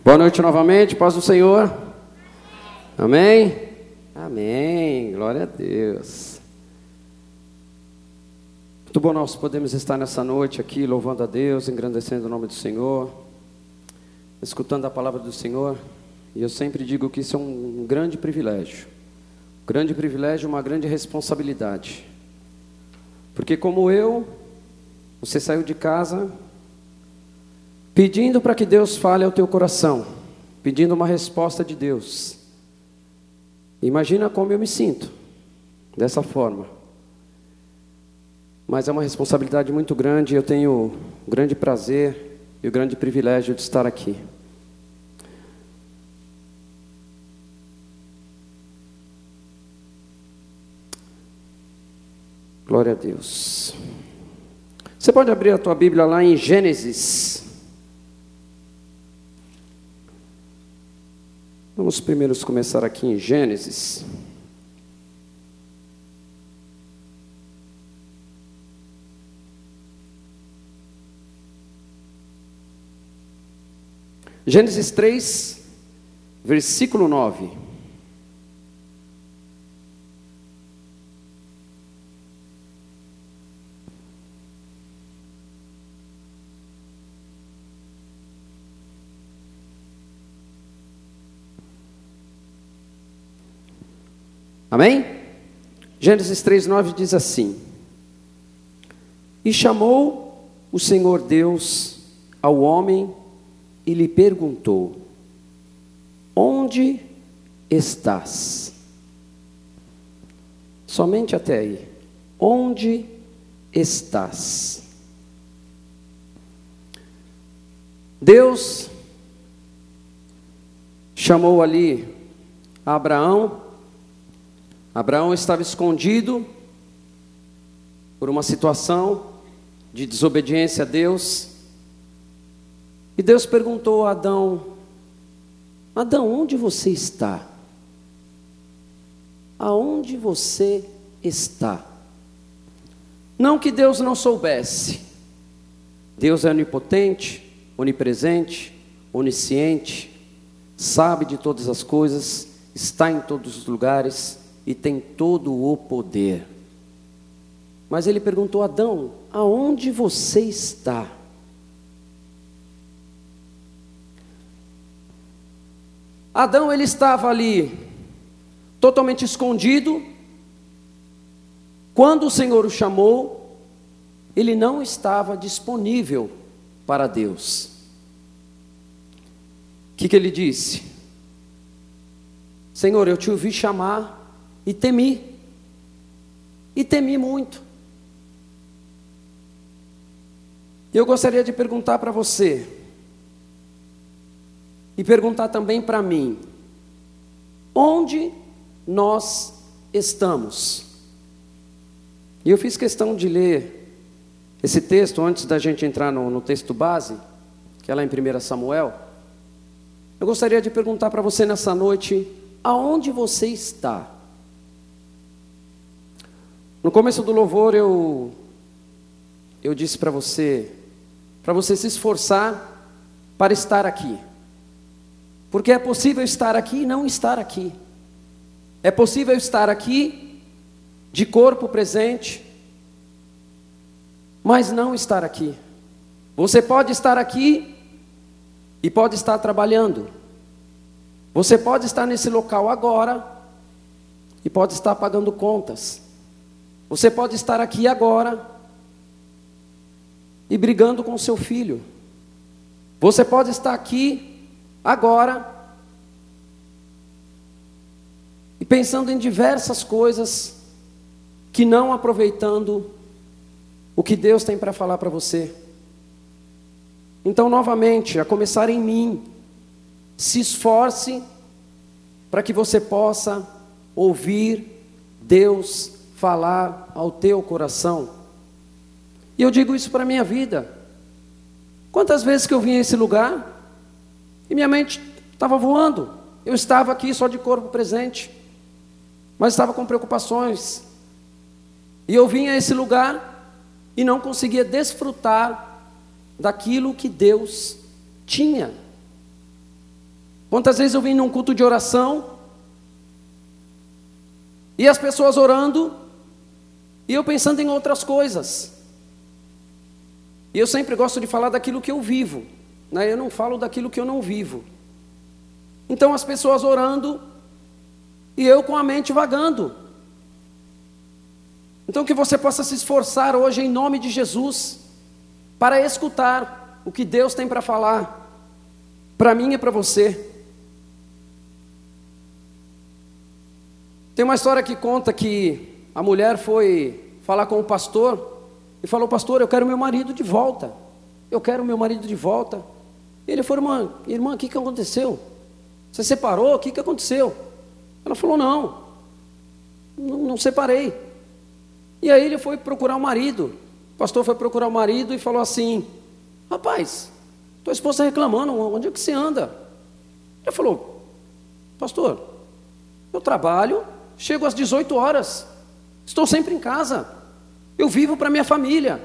Boa noite novamente, paz do Senhor. Amém? Amém, glória a Deus. Muito bom nós podemos estar nessa noite aqui louvando a Deus, engrandecendo o nome do Senhor, escutando a palavra do Senhor. E eu sempre digo que isso é um grande privilégio, uma grande responsabilidade. Porque como você saiu de casa pedindo para que Deus fale ao teu coração, pedindo uma resposta de Deus. Imagina como eu me sinto, dessa forma. Mas é uma responsabilidade muito grande, eu tenho o grande prazer e o grande privilégio de estar aqui. Glória a Deus. Você pode abrir a tua Bíblia lá em Gênesis. Vamos primeiro começar aqui em Gênesis. Gênesis 3, versículo 9. Amém? Gênesis 3:9 diz assim: E chamou o Senhor Deus ao homem e lhe perguntou: Onde estás? Somente até aí. Onde estás? Deus chamou ali Abraão. Abraão estava escondido por uma situação de desobediência a Deus. E Deus perguntou a Adão: Adão, onde você está? Aonde você está? Não que Deus não soubesse. Deus é onipotente, onipresente, onisciente, sabe de todas as coisas, está em todos os lugares e tem todo o poder. Mas ele perguntou a Adão: aonde você está? Adão, ele estava ali, totalmente escondido. Quando o Senhor o chamou, ele não estava disponível para Deus. O que ele disse? Senhor, eu te ouvi chamar e temi muito. Eu gostaria de perguntar para você, e perguntar também para mim: onde nós estamos? E eu fiz questão de ler esse texto antes da gente entrar no texto base, que é lá em 1 Samuel. Eu gostaria de perguntar para você nessa noite: aonde você está? No começo do louvor eu disse para você se esforçar para estar aqui. Porque é possível estar aqui e não estar aqui. É possível estar aqui de corpo presente, mas não estar aqui. Você pode estar aqui e pode estar trabalhando. Você pode estar nesse local agora e pode estar pagando contas. Você pode estar aqui agora e brigando com seu filho. Você pode estar aqui agora e pensando em diversas coisas, que não aproveitando o que Deus tem para falar para você. Então, novamente, a começar em mim, se esforce para que você possa ouvir Deus falar ao teu coração. E eu digo isso para a minha vida. Quantas vezes que eu vim a esse lugar e minha mente estava voando. Eu estava aqui só de corpo presente, mas estava com preocupações. E eu vim a esse lugar e não conseguia desfrutar daquilo que Deus tinha. Quantas vezes eu vim num culto de oração, e as pessoas orando, e eu pensando em outras coisas. E eu sempre gosto de falar daquilo que eu vivo, né? Eu não falo daquilo que eu não vivo. Então as pessoas orando, e eu com a mente vagando. Então que você possa se esforçar hoje em nome de Jesus, para escutar o que Deus tem para falar, para mim e para você. Tem uma história que conta que a mulher foi falar com o pastor e falou: pastor, eu quero meu marido de volta. Eu quero meu marido de volta. E ele falou: irmã, o que aconteceu? Você separou? O que aconteceu? Ela falou: não separei. E aí ele foi procurar o marido. O pastor foi procurar o marido e falou assim: rapaz, tua esposa está reclamando, onde é que você anda? Ele falou: pastor, eu trabalho, chego às 18 horas, estou sempre em casa, eu vivo para minha família.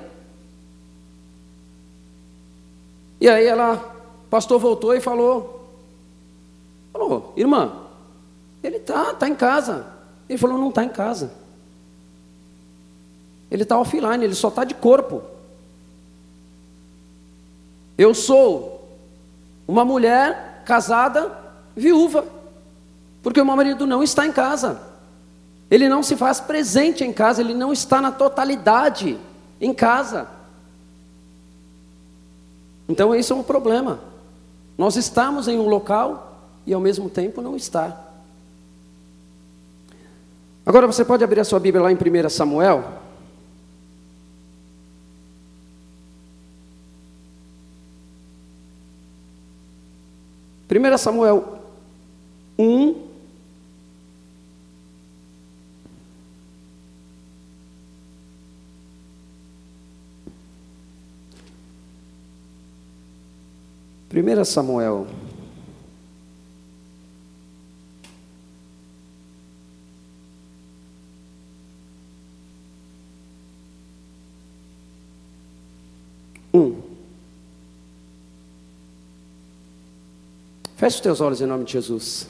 E aí o pastor voltou e falou: irmã, ele está em casa. Ele falou: não está em casa, ele está offline, ele só está de corpo. Eu sou uma mulher casada, viúva, porque o meu marido não está em casa. Ele não se faz presente em casa, ele não está na totalidade em casa. Então esse é um problema. Nós estamos em um local e ao mesmo tempo não está. Agora você pode abrir a sua Bíblia lá em 1 Samuel. Primeira Samuel 1. Primeira Samuel 1. Feche os teus olhos em nome de Jesus.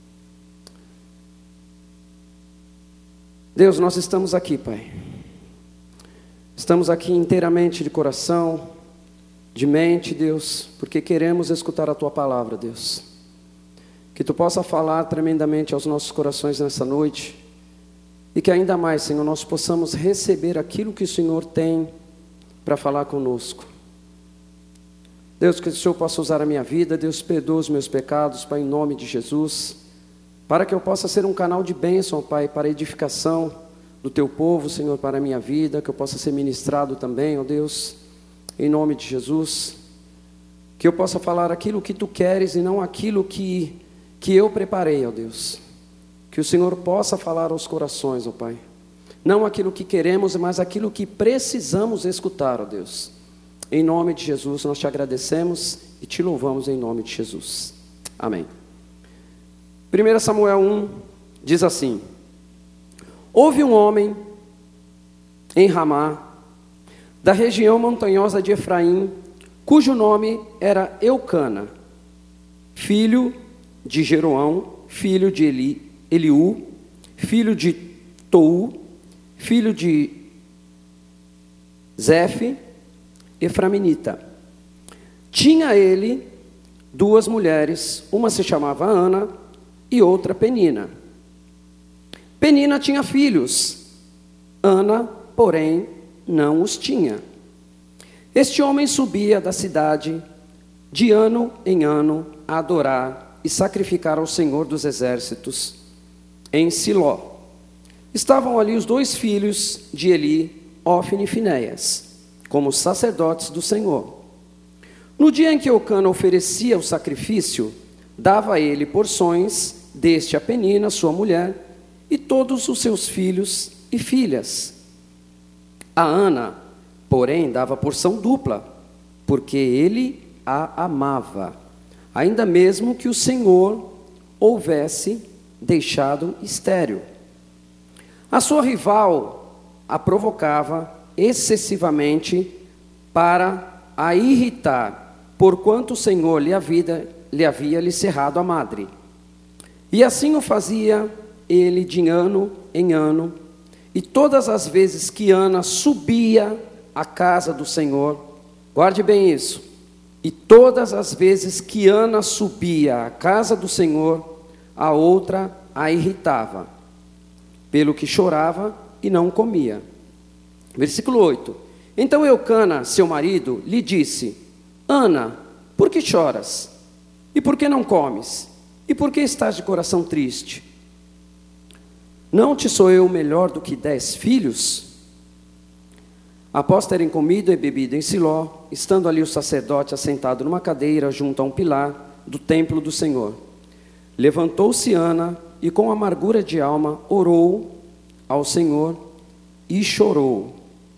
Deus, nós estamos aqui, Pai. Estamos aqui inteiramente de coração, de mente, Deus, porque queremos escutar a Tua palavra, Deus. Que Tu possa falar tremendamente aos nossos corações nessa noite, e que ainda mais, Senhor, nós possamos receber aquilo que o Senhor tem para falar conosco. Deus, que o Senhor possa usar a minha vida, Deus, perdoa os meus pecados, Pai, em nome de Jesus, para que eu possa ser um canal de bênção, Pai, para a edificação do Teu povo, Senhor, para a minha vida, que eu possa ser ministrado também, ó Deus, em nome de Jesus, que eu possa falar aquilo que Tu queres e não aquilo que eu preparei, ó Deus. Que o Senhor possa falar aos corações, ó Pai. Não aquilo que queremos, mas aquilo que precisamos escutar, ó Deus. Em nome de Jesus, nós Te agradecemos e Te louvamos em nome de Jesus. Amém. 1 Samuel 1 diz assim: houve um homem em Ramá, da região montanhosa de Efraim, cujo nome era Eucana, filho de Jeroão, filho de Eliú, filho de Tou, filho de Zefe, eframinita. Tinha ele duas mulheres, uma se chamava Ana e outra Penina. Penina tinha filhos, Ana, porém, não os tinha. Este homem subia da cidade de ano em ano a adorar e sacrificar ao Senhor dos exércitos em Siló. Estavam ali os dois filhos de Eli, Ófine e Finéias, como sacerdotes do Senhor. No dia em que Eucana oferecia o sacrifício, dava a ele porções deste a Penina, sua mulher, e todos os seus filhos e filhas. A Ana, porém, dava porção dupla, porque ele a amava, ainda mesmo que o Senhor houvesse deixado estéril. A sua rival a provocava excessivamente para a irritar, porquanto o Senhor lhe lhe havia lhe cerrado a madre. E assim o fazia ele de ano em ano, e todas as vezes que Ana subia à casa do Senhor, guarde bem isso, e todas as vezes que Ana subia à casa do Senhor, a outra a irritava, pelo que chorava e não comia. Versículo 8. Então Eucana, seu marido, lhe disse: Ana, por que choras? E por que não comes? E por que estás de coração triste? Não te sou eu melhor do que 10 filhos? Após terem comido e bebido em Siló, estando ali o sacerdote assentado numa cadeira junto a um pilar do templo do Senhor, levantou-se Ana e com amargura de alma orou ao Senhor e chorou.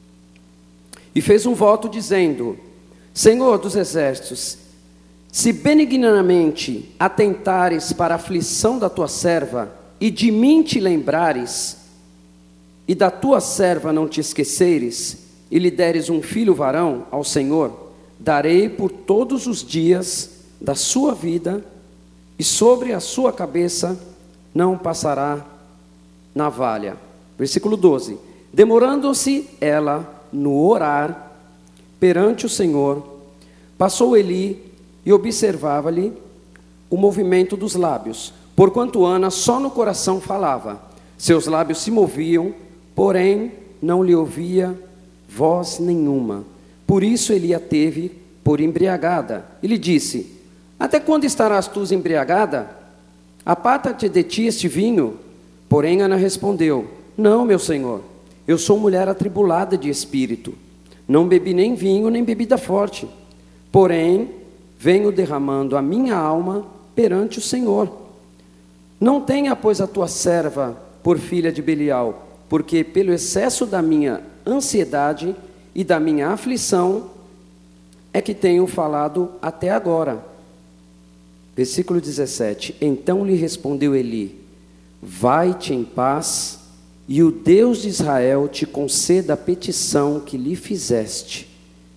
E fez um voto dizendo: Senhor dos exércitos, se benignamente atentares para a aflição da tua serva, e de mim te lembrares, e da tua serva não te esqueceres, e lhe deres um filho varão ao Senhor, darei por todos os dias da sua vida, e sobre a sua cabeça não passará navalha. Versículo 12. Demorando-se ela no orar perante o Senhor, passou Eli e observava-lhe o movimento dos lábios, porquanto Ana só no coração falava. Seus lábios se moviam, porém não lhe ouvia voz nenhuma. Por isso Eli a teve por embriagada. E lhe disse: Até quando estarás tu embriagada? Aparta-te de ti este vinho. Porém Ana respondeu: Não, meu senhor, eu sou mulher atribulada de espírito. Não bebi nem vinho, nem bebida forte. Porém, venho derramando a minha alma perante o Senhor. Não tenha, pois, a tua serva por filha de Belial, porque pelo excesso da minha ansiedade e da minha aflição é que tenho falado até agora. Versículo 17. Então lhe respondeu Eli: Vai-te em paz, e o Deus de Israel te conceda a petição que lhe fizeste.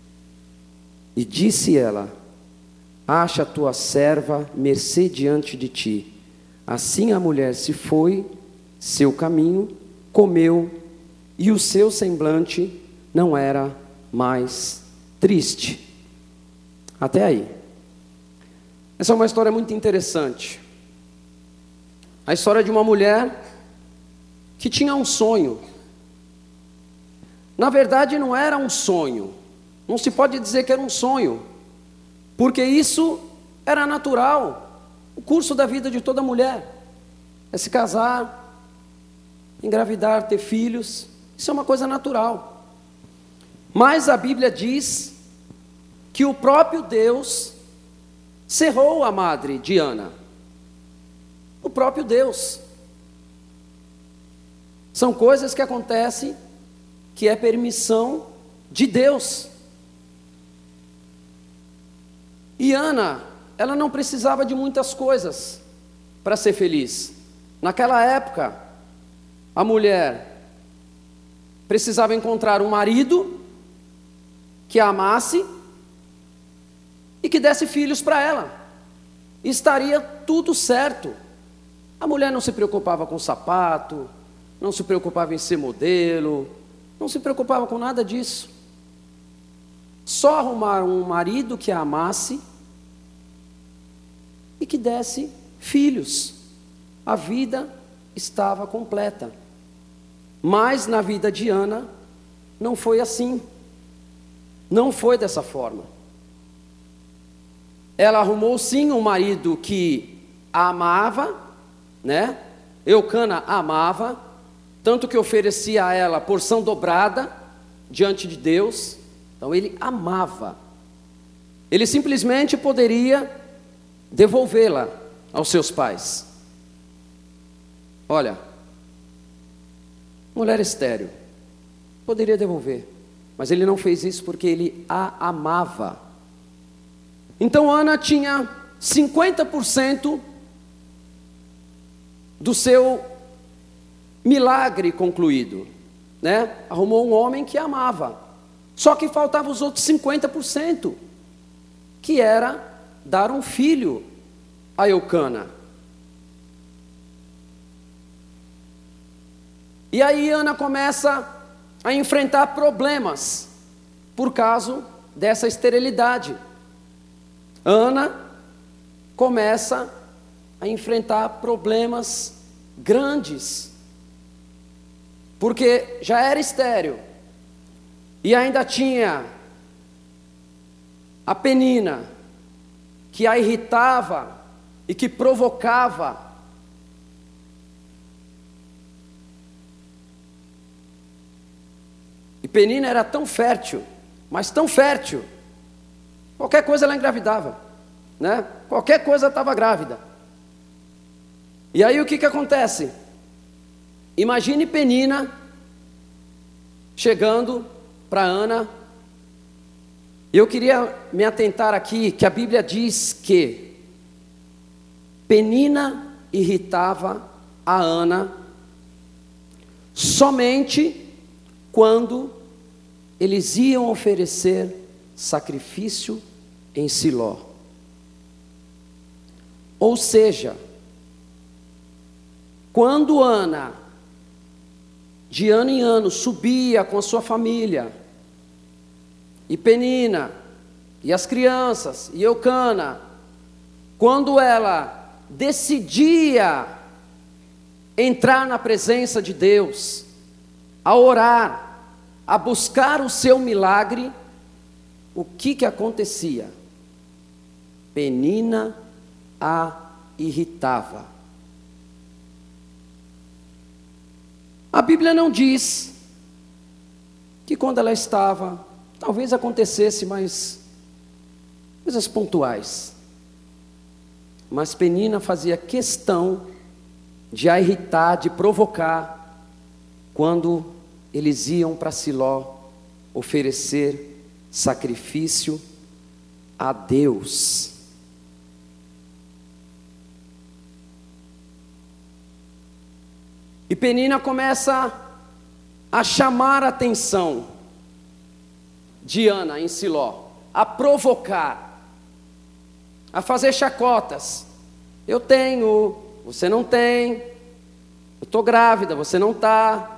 E disse ela: Acha a tua serva mercê diante de ti. Assim a mulher se foi seu caminho, comeu, e o seu semblante não era mais triste. Até aí. Essa é uma história muito interessante. A história de uma mulher que tinha um sonho. Na verdade não era um sonho. Não se pode dizer que era um sonho, porque isso era natural. O curso da vida de toda mulher é se casar, engravidar, ter filhos. Isso é uma coisa natural. Mas a Bíblia diz que o próprio Deus cerrou a madre de Ana. O próprio Deus. São coisas que acontecem, que é permissão de Deus. E Ana, ela não precisava de muitas coisas para ser feliz. Naquela época, a mulher precisava encontrar um marido que a amasse e que desse filhos para ela. E estaria tudo certo. A mulher não se preocupava com sapato, não se preocupava em ser modelo, não se preocupava com nada disso. Só arrumar um marido que a amasse e que desse filhos. A vida estava completa. Mas na vida de Ana não foi assim. Não foi dessa forma. Ela arrumou sim um marido que a amava, né? Eucana a amava, tanto que oferecia a ela porção dobrada diante de Deus. Então ele amava. Ele simplesmente poderia devolvê-la aos seus pais. Olha, mulher estéril, poderia devolver, mas ele não fez isso porque ele a amava. Então Ana tinha 50% do seu milagre concluído, né? Arrumou um homem que amava, só que faltava os outros 50%, que era dar um filho a Eucana. E aí Ana começa a enfrentar problemas por causa dessa esterilidade. Ana começa a enfrentar problemas grandes, porque já era estéril e ainda tinha a Penina, que a irritava e que provocava. E Penina era tão fértil, mas tão fértil, qualquer coisa ela engravidava, né? Qualquer coisa estava grávida. E aí o que acontece? Imagine Penina chegando para Ana. Eu queria me atentar aqui que a Bíblia diz que Penina irritava a Ana somente quando eles iam oferecer sacrifício em Siló. Ou seja, quando Ana, de ano em ano, subia com a sua família, e Penina, e as crianças, e Eucana, quando ela decidia entrar na presença de Deus, a orar, a buscar o seu milagre, o que acontecia? Penina a irritava. A Bíblia não diz que quando ela estava, talvez acontecesse, mas coisas pontuais. Mas Penina fazia questão de a irritar, de provocar, quando eles iam para Siló oferecer sacrifício a Deus. E Penina começa a chamar a atenção de Ana em Siló, a provocar, a fazer chacotas. Eu tenho, você não tem. Eu estou grávida, você não está.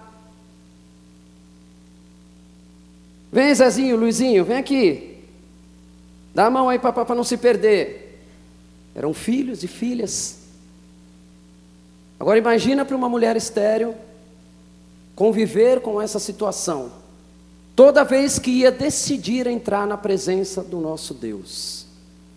Vem, Zezinho, Luizinho, vem aqui. Dá a mão aí para não se perder. Eram filhos e filhas. Agora imagina para uma mulher estéril conviver com essa situação. Toda vez que ia decidir entrar na presença do nosso Deus.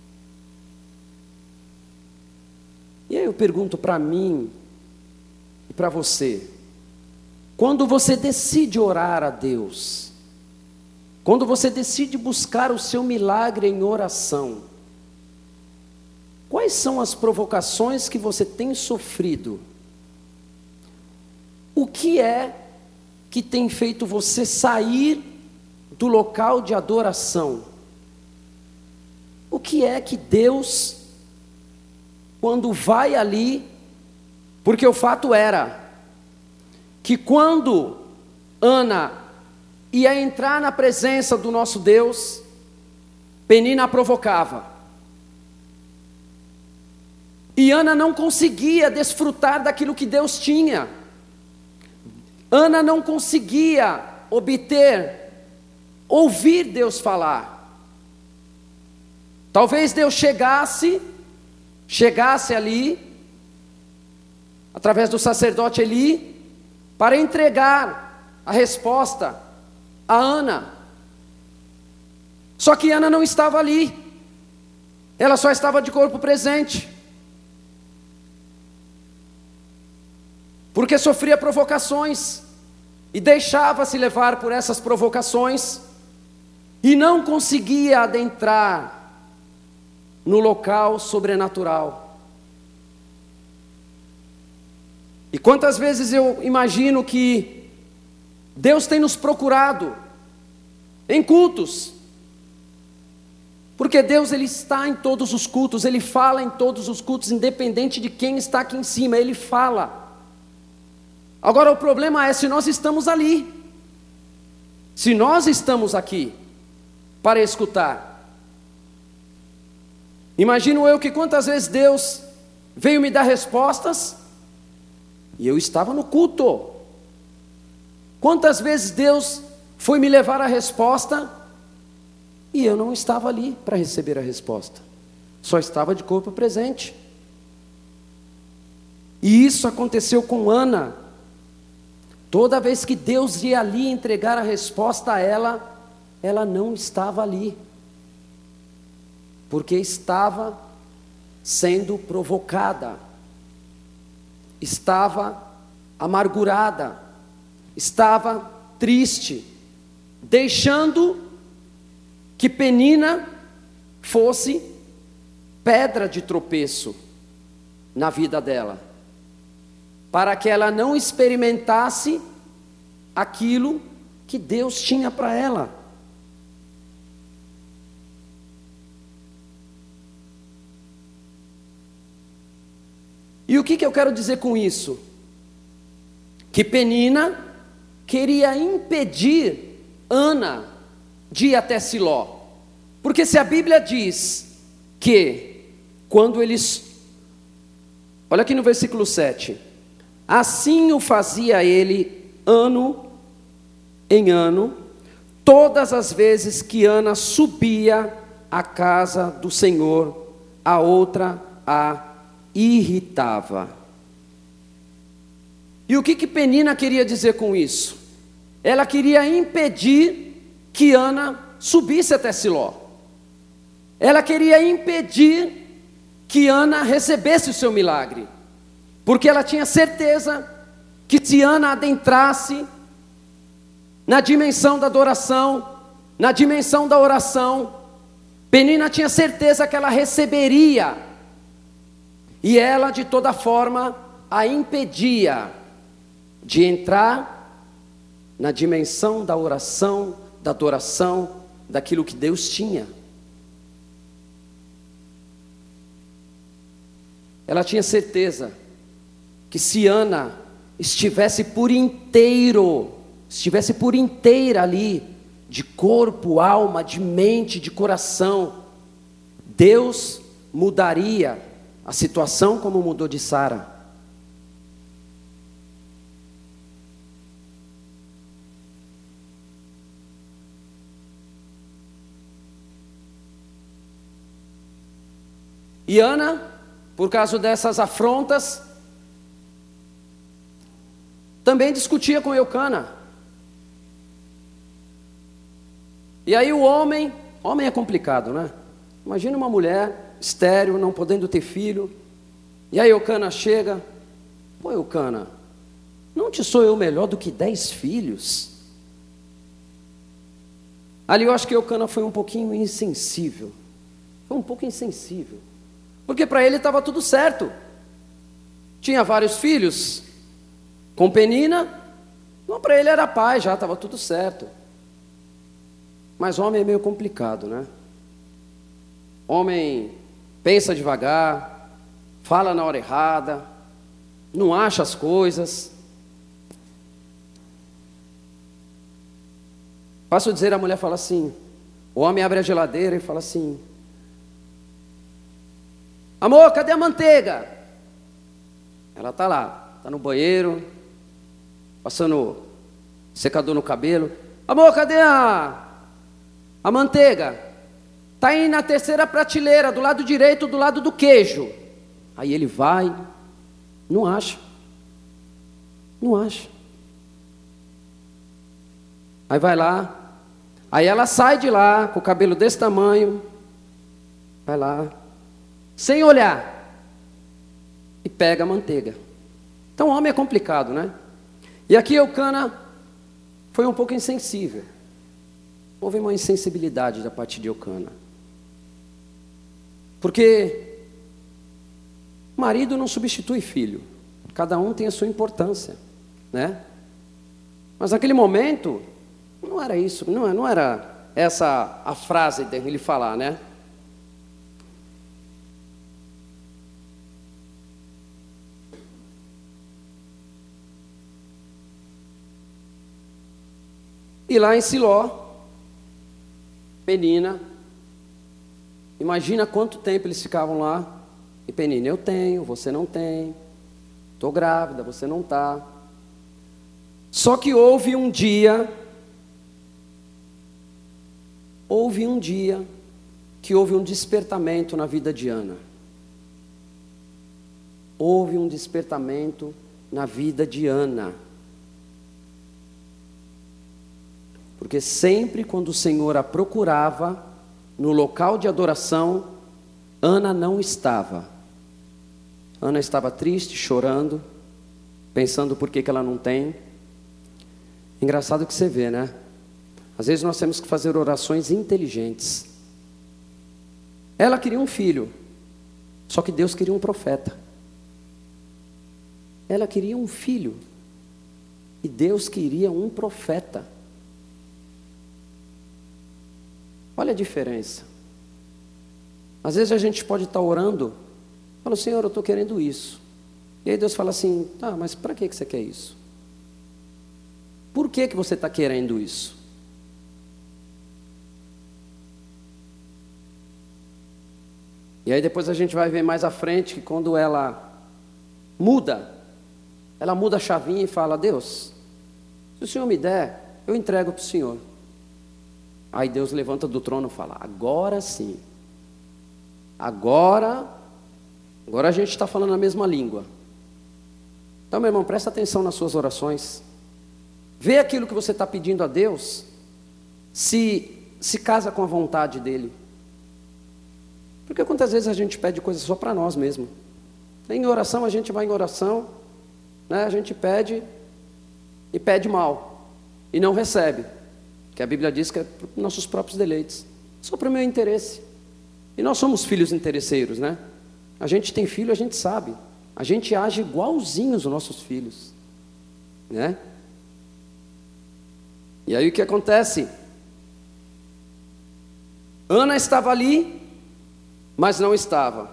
E aí eu pergunto para mim e para você. Quando você decide orar a Deus, quando você decide buscar o seu milagre em oração, quais são as provocações que você tem sofrido? O que é que tem feito você sair do local de adoração? O que é que Deus, quando vai ali, porque o fato era que quando Ana ia entrar na presença do nosso Deus, Penina a provocava. E Ana não conseguia desfrutar daquilo que Deus tinha. Ana não conseguia ouvir Deus falar. Talvez Deus chegasse ali, através do sacerdote Eli, para entregar a resposta a Ana. Só que Ana não estava ali. Ela só estava de corpo presente. Porque sofria provocações e deixava-se levar por essas provocações e não conseguia adentrar no local sobrenatural. E quantas vezes eu imagino que Deus tem nos procurado em cultos, porque Deus ele está em todos os cultos, Ele fala em todos os cultos, independente de quem está aqui em cima, Ele fala. Agora o problema é se nós estamos ali, se nós estamos aqui para escutar. Imagino eu que quantas vezes Deus veio me dar respostas, e eu estava no culto. Quantas vezes Deus foi me levar a resposta, e eu não estava ali para receber a resposta, só estava de corpo presente. E isso aconteceu com Ana. Toda vez que Deus ia ali entregar a resposta a ela, ela não estava ali, porque estava sendo provocada, estava amargurada, estava triste, deixando que Penina fosse pedra de tropeço na vida dela, para que ela não experimentasse aquilo que Deus tinha para ela. E o que eu quero dizer com isso? Que Penina queria impedir Ana de ir até Siló. Porque se a Bíblia diz que quando eles... Olha aqui no versículo 7. Assim o fazia ele ano em ano, todas as vezes que Ana subia à casa do Senhor, a outra a irritava. E o que Penina queria dizer com isso? Ela queria impedir que Ana subisse até Siló. Ela queria impedir que Ana recebesse o seu milagre, porque ela tinha certeza que se Ana adentrasse na dimensão da adoração, na dimensão da oração, Penina tinha certeza que ela receberia, e ela de toda forma a impedia de entrar na dimensão da oração, da adoração, daquilo que Deus tinha. Ela tinha certeza que se Ana estivesse por inteira ali, de corpo, alma, de mente, de coração, Deus mudaria a situação como mudou de Sara. E Ana, por causa dessas afrontas, também discutia com Eucana. E aí o homem é complicado, né? Imagina uma mulher estéril, não podendo ter filho, e aí Eucana chega: pô, Eucana, não te sou eu melhor do que 10 filhos? Ali eu acho que Eucana foi um pouquinho insensível, porque para ele estava tudo certo, tinha vários filhos, com Penina, não, para ele era pai, já estava tudo certo. Mas homem é meio complicado, né? Homem pensa devagar, fala na hora errada, não acha as coisas. Posso dizer, a mulher fala assim, o homem abre a geladeira e fala assim: amor, cadê a manteiga? Ela está lá, está no banheiro, passando secador no cabelo. Amor, cadê a manteiga? Está aí na terceira prateleira, do lado direito, do lado do queijo. Aí ele vai, não acha. Aí vai lá, aí ela sai de lá, com o cabelo desse tamanho, vai lá, sem olhar, e pega a manteiga. Então o homem é complicado, né? E aqui Eucana foi um pouco insensível. Houve uma insensibilidade da parte de Eucana. Porque marido não substitui filho. Cada um tem a sua importância, né? Mas naquele momento, não era isso, não era essa a frase dele falar, né? E lá em Siló, Penina, imagina quanto tempo eles ficavam lá, E Penina, eu tenho, você não tem. Estou grávida, você não está. Só que houve um dia que houve um despertamento na vida de Ana. Houve um despertamento na vida de Ana. Porque sempre quando o Senhor a procurava, no local de adoração, Ana não estava. Ana estava triste, chorando, pensando por que ela não tem. Engraçado que você vê, né? Às vezes nós temos que fazer orações inteligentes. Ela queria um filho, só que Deus queria um profeta. Ela queria um filho, e Deus queria um profeta. Olha a diferença. Às vezes a gente pode estar orando, fala, Senhor, eu estou querendo isso. E aí Deus fala assim, tá, mas para que você quer isso? Por que você está querendo isso? E aí depois a gente vai ver mais à frente que quando ela muda a chavinha e fala, Deus, se o Senhor me der, eu entrego para o Senhor. Aí Deus levanta do trono e fala, agora sim. Agora a gente está falando a mesma língua. Então, meu irmão, presta atenção nas suas orações. Vê aquilo que você está pedindo a Deus, se casa com a vontade dEle. Porque quantas vezes a gente pede coisas só para nós mesmos. Em oração, a gente vai em oração, né? A gente pede e pede mal, e não recebe. Que a Bíblia diz que é para nossos próprios deleites, só para o meu interesse. E nós somos filhos interesseiros, né? A gente tem filho, a gente sabe. A gente age igualzinho os nossos filhos, né? E aí o que acontece? Ana estava ali, mas não estava.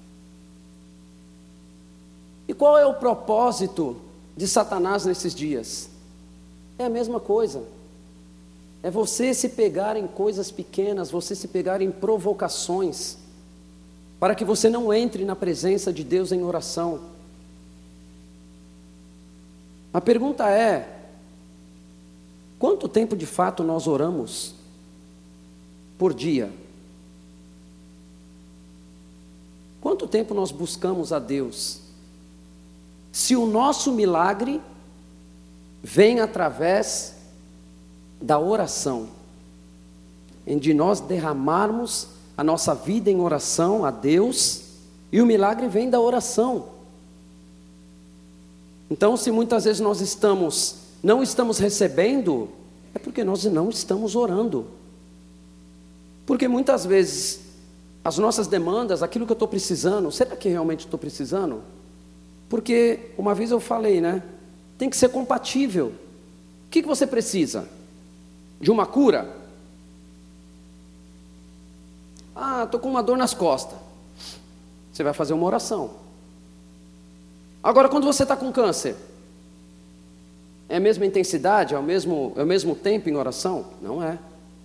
E qual é o propósito de Satanás nesses dias? É a mesma coisa. É você se pegar em coisas pequenas, você se pegar em provocações, para que você não entre na presença de Deus em oração. A pergunta é, quanto tempo de fato nós oramos por dia? Quanto tempo nós buscamos a Deus? Se o nosso milagre vem através da oração, em de nós derramarmos a nossa vida em oração a Deus, e o milagre vem da oração. Então, se muitas vezes nós não estamos recebendo, é porque nós não estamos orando. Porque muitas vezes as nossas demandas, aquilo que eu estou precisando, será que realmente estou precisando? Porque uma vez eu falei, né? Tem que ser compatível. O que você precisa? De uma cura? Ah, estou com uma dor nas costas. Você vai fazer uma oração. Agora, quando você está com câncer, é a mesma intensidade, é o mesmo tempo em oração? Não é.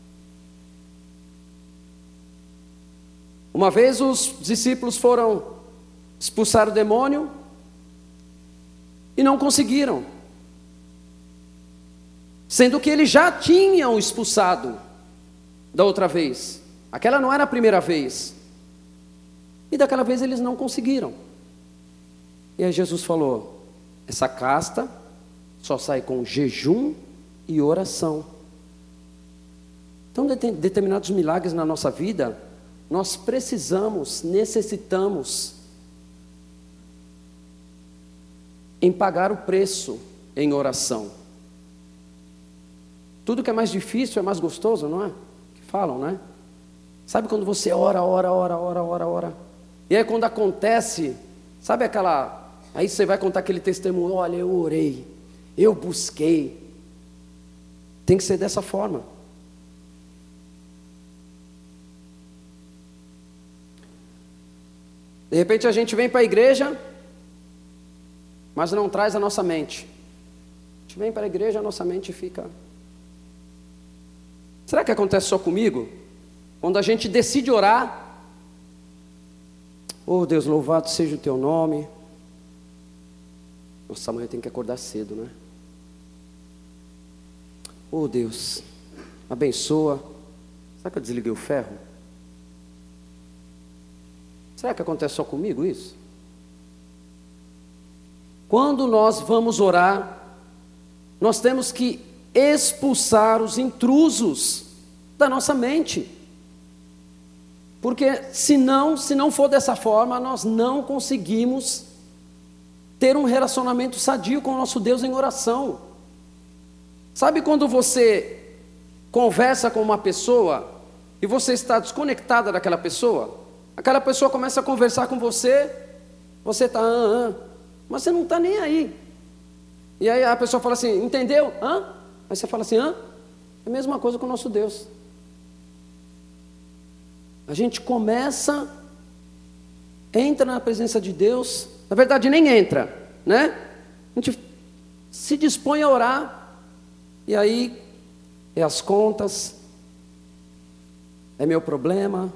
Uma vez os discípulos foram expulsar o demônio e não conseguiram, sendo que eles já tinham expulsado da outra vez. Aquela não era a primeira vez. E daquela vez eles não conseguiram. E aí Jesus falou, essa casta só sai com jejum e oração. Então, determinados milagres na nossa vida, nós necessitamos em pagar o preço em oração. Tudo que é mais difícil é mais gostoso, não é? Que falam, né? Sabe quando você ora. E aí quando acontece, sabe aquela... Aí você vai contar aquele testemunho, olha, eu orei, eu busquei. Tem que ser dessa forma. De repente a gente vem para a igreja, mas não traz a nossa mente. A gente vem para a igreja, a nossa mente fica... Será que acontece só comigo? Quando a gente decide orar, Oh Deus, louvado seja o teu nome. Nossa, amanhã tem que acordar cedo, né? Oh Deus, abençoa. Será que eu desliguei o ferro? Será que acontece só comigo isso? Quando nós vamos orar, nós temos que expulsar os intrusos da nossa mente. Porque se não for dessa forma, nós não conseguimos ter um relacionamento sadio com o nosso Deus em oração. Sabe quando você conversa com uma pessoa e você está desconectada daquela pessoa? Aquela pessoa começa a conversar com você, você está, mas você não está nem aí. E aí a pessoa fala assim, entendeu? Aí você fala assim, É a mesma coisa com o nosso Deus. A gente começa, entra na presença de Deus, na verdade nem entra, né? A gente se dispõe a orar, e aí é as contas, é meu problema.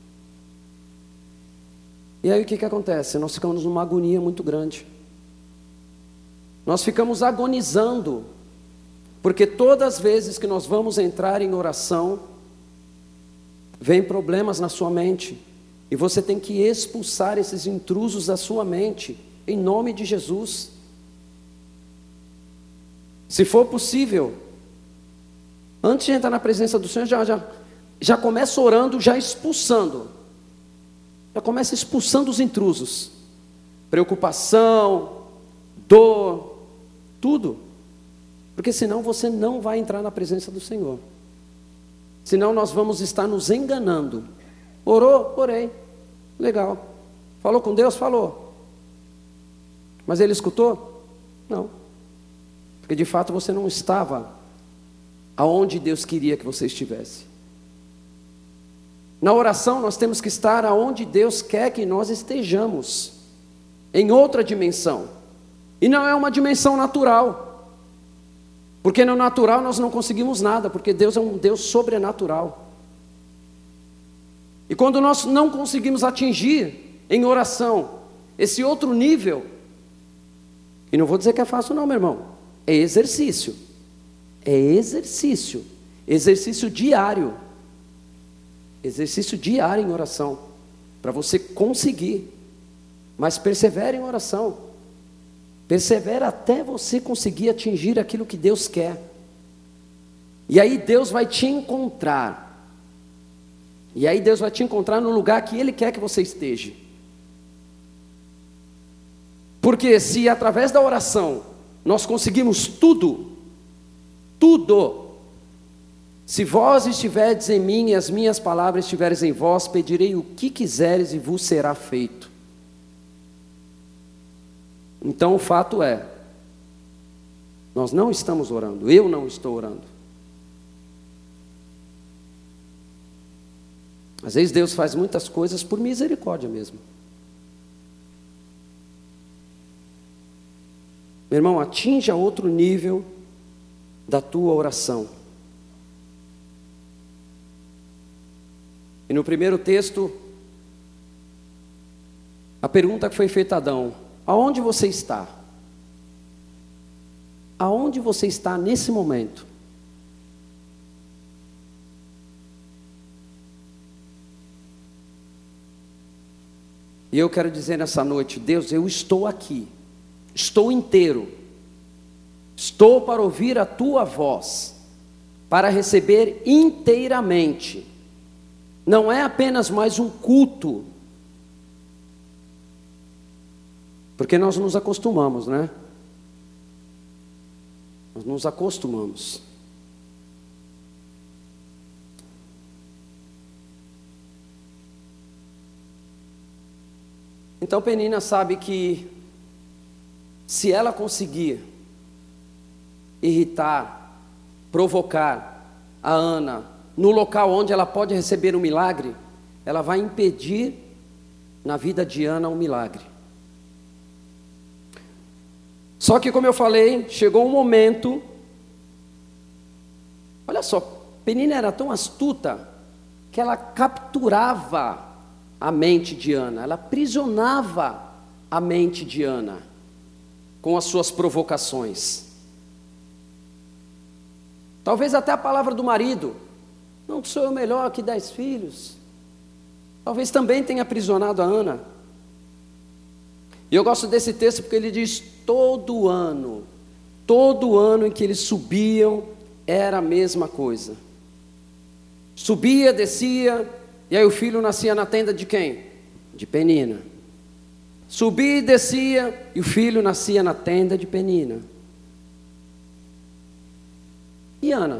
E aí o que acontece? Nós ficamos numa agonia muito grande. Nós ficamos agonizando, porque todas as vezes que nós vamos entrar em oração, vem problemas na sua mente, e você tem que expulsar esses intrusos da sua mente, em nome de Jesus. Se for possível, antes de entrar na presença do Senhor, já começa orando, já expulsando. Já começa expulsando os intrusos. Preocupação, dor, tudo. Porque senão você não vai entrar na presença do Senhor. Senão nós vamos estar nos enganando. Orou? Orei. Legal. Falou com Deus? Falou. Mas Ele escutou? Não. Porque de fato você não estava aonde Deus queria que você estivesse. Na oração nós temos que estar aonde Deus quer que nós estejamos. Em outra dimensão. E não é uma dimensão natural. Porque no natural nós não conseguimos nada, porque Deus é um Deus sobrenatural. E quando nós não conseguimos atingir em oração esse outro nível, e não vou dizer que é fácil não, meu irmão, é exercício. É exercício. Exercício diário. Exercício diário em oração, para você conseguir. Mas persevere em oração. Persevera até você conseguir atingir aquilo que Deus quer. E aí Deus vai te encontrar. E aí Deus vai te encontrar no lugar que Ele quer que você esteja. Porque se através da oração nós conseguimos tudo, se vós estiverdes em mim e as minhas palavras estiveres em vós, pedirei o que quiseres e vos será feito. Então o fato é, nós não estamos orando, eu não estou orando. Às vezes Deus faz muitas coisas por misericórdia mesmo. Meu irmão, atinja outro nível da tua oração. E no primeiro texto, a pergunta que foi feita a Adão: aonde você está? Aonde você está nesse momento? E eu quero dizer nessa noite: Deus, eu estou aqui, estou inteiro, estou para ouvir a tua voz, para receber inteiramente. Não é apenas mais um culto, porque nós nos acostumamos, né? Nós nos acostumamos. Então Penina sabe que se ela conseguir irritar, provocar a Ana no local onde ela pode receber um milagre, ela vai impedir na vida de Ana um milagre. Só que, como eu falei, chegou um momento, olha só, Penina era tão astuta que ela capturava a mente de Ana, ela aprisionava a mente de Ana com as suas provocações. Talvez até a palavra do marido, não que sou eu melhor que 10 filhos, talvez também tenha aprisionado a Ana. E eu gosto desse texto porque ele diz: todo ano em que eles subiam, era a mesma coisa. Subia, descia, e aí o filho nascia na tenda de quem? De Penina. Subia e descia, e o filho nascia na tenda de Penina. E Ana?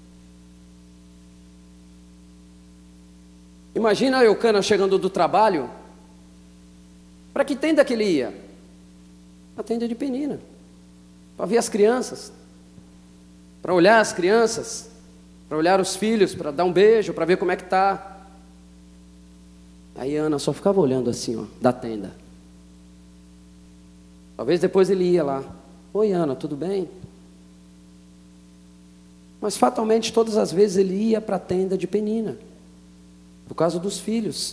Imagina a Eucana chegando do trabalho. Para que tenda que ele ia? A tenda de Penina. Para ver as crianças, para olhar as crianças, para olhar os filhos, para dar um beijo, para ver como é que está. Aí Ana só ficava olhando assim, ó, da tenda. Talvez depois ele ia lá: oi Ana, tudo bem? Mas fatalmente todas as vezes ele ia para a tenda de Penina, por causa dos filhos.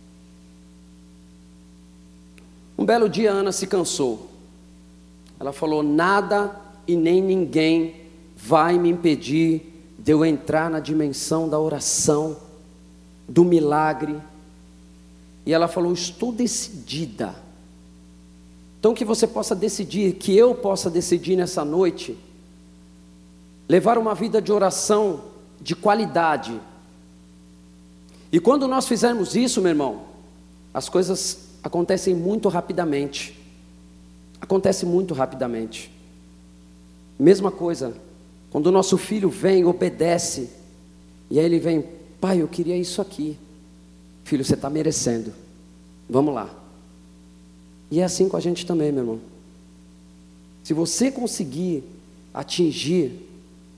Um belo dia Ana se cansou. Ela falou: nada e nem ninguém vai me impedir de eu entrar na dimensão da oração, do milagre. E ela falou: estou decidida. Então que você possa decidir, que eu possa decidir nessa noite, levar uma vida de oração de qualidade. E quando nós fizermos isso, meu irmão, as coisas acontecem muito rapidamente. Acontece muito rapidamente. Mesma coisa, quando o nosso filho vem, obedece, e aí ele vem: pai, eu queria isso aqui. Filho, você está merecendo, vamos lá. E é assim com a gente também, meu irmão. Se você conseguir atingir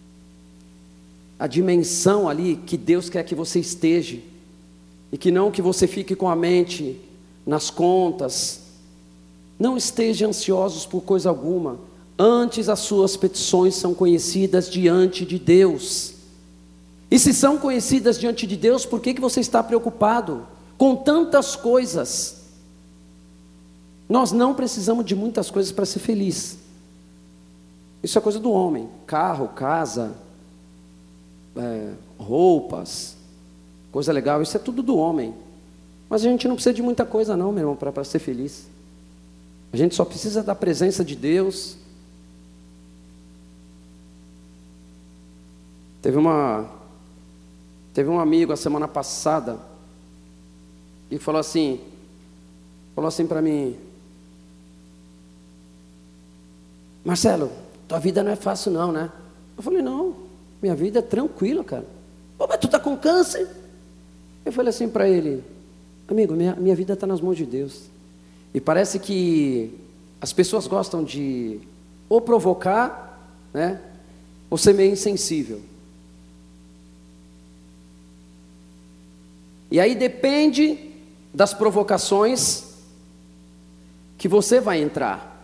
a dimensão ali que Deus quer que você esteja, e que não que você fique com a mente nas contas, não esteja ansiosos por coisa alguma, antes as suas petições são conhecidas diante de Deus. E se são conhecidas diante de Deus, por que você está preocupado com tantas coisas? Nós não precisamos de muitas coisas para ser feliz. Isso é coisa do homem: carro, casa, roupas, coisa legal, isso é tudo do homem. Mas a gente não precisa de muita coisa não, meu irmão, para ser feliz. A gente só precisa da presença de Deus. Teve um amigo a semana passada e falou assim para mim: Marcelo, tua vida não é fácil não, né? Eu falei: não, minha vida é tranquila, cara. Pô, mas tu tá com câncer? Eu falei assim para ele: amigo, minha vida está nas mãos de Deus. E parece que as pessoas gostam de ou provocar, né, ou ser meio insensível. E aí depende das provocações que você vai entrar.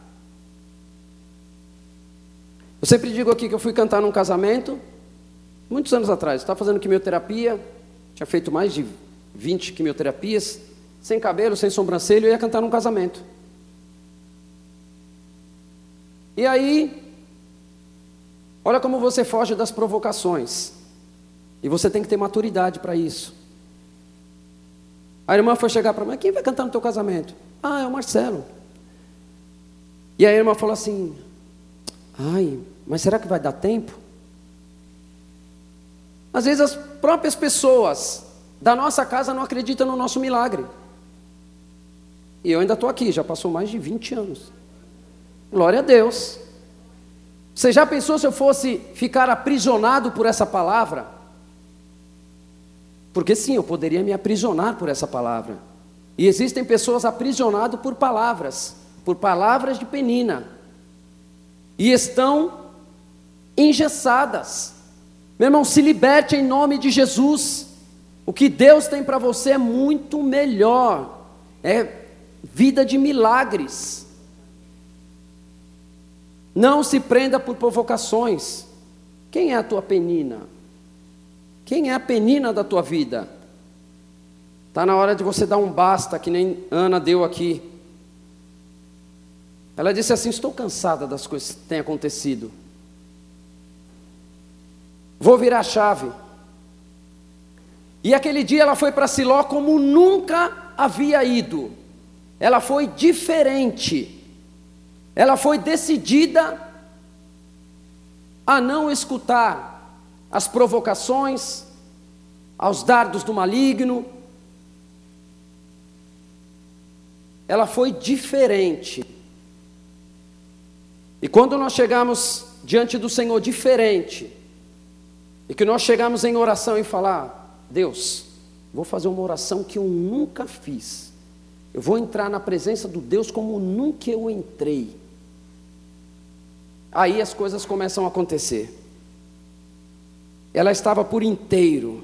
Eu sempre digo aqui que eu fui cantar num casamento, muitos anos atrás. Estava fazendo quimioterapia, tinha feito mais de 20 quimioterapias, sem cabelo, sem sobrancelha, eu ia cantar num casamento. E aí, olha como você foge das provocações. E você tem que ter maturidade para isso. A irmã foi chegar para mim: quem vai cantar no teu casamento? Ah, é o Marcelo. E a irmã falou assim: ai, mas será que vai dar tempo? Às vezes as próprias pessoas da nossa casa não acreditam no nosso milagre. E eu ainda estou aqui, já passou mais de 20 anos. Glória a Deus. Você já pensou se eu fosse ficar aprisionado por essa palavra? Porque sim, eu poderia me aprisionar por essa palavra. E existem pessoas aprisionadas por palavras de Penina. E estão engessadas. Meu irmão, se liberte em nome de Jesus. O que Deus tem para você é muito melhor. É vida de milagres. Não se prenda por provocações. Quem é a tua Penina? Quem é a Penina da tua vida? Está na hora de você dar um basta, que nem Ana deu aqui. Ela disse assim: estou cansada das coisas que têm acontecido. Vou virar a chave. E aquele dia ela foi para Siló como nunca havia ido. Ela foi diferente. Ela foi decidida a não escutar as provocações, aos dardos do maligno. Ela foi diferente. E quando nós chegamos diante do Senhor diferente, e que nós chegamos em oração e falar: Deus, vou fazer uma oração que eu nunca fiz. Eu vou entrar na presença do Deus como nunca eu entrei. Aí as coisas começam a acontecer. Ela estava por inteiro.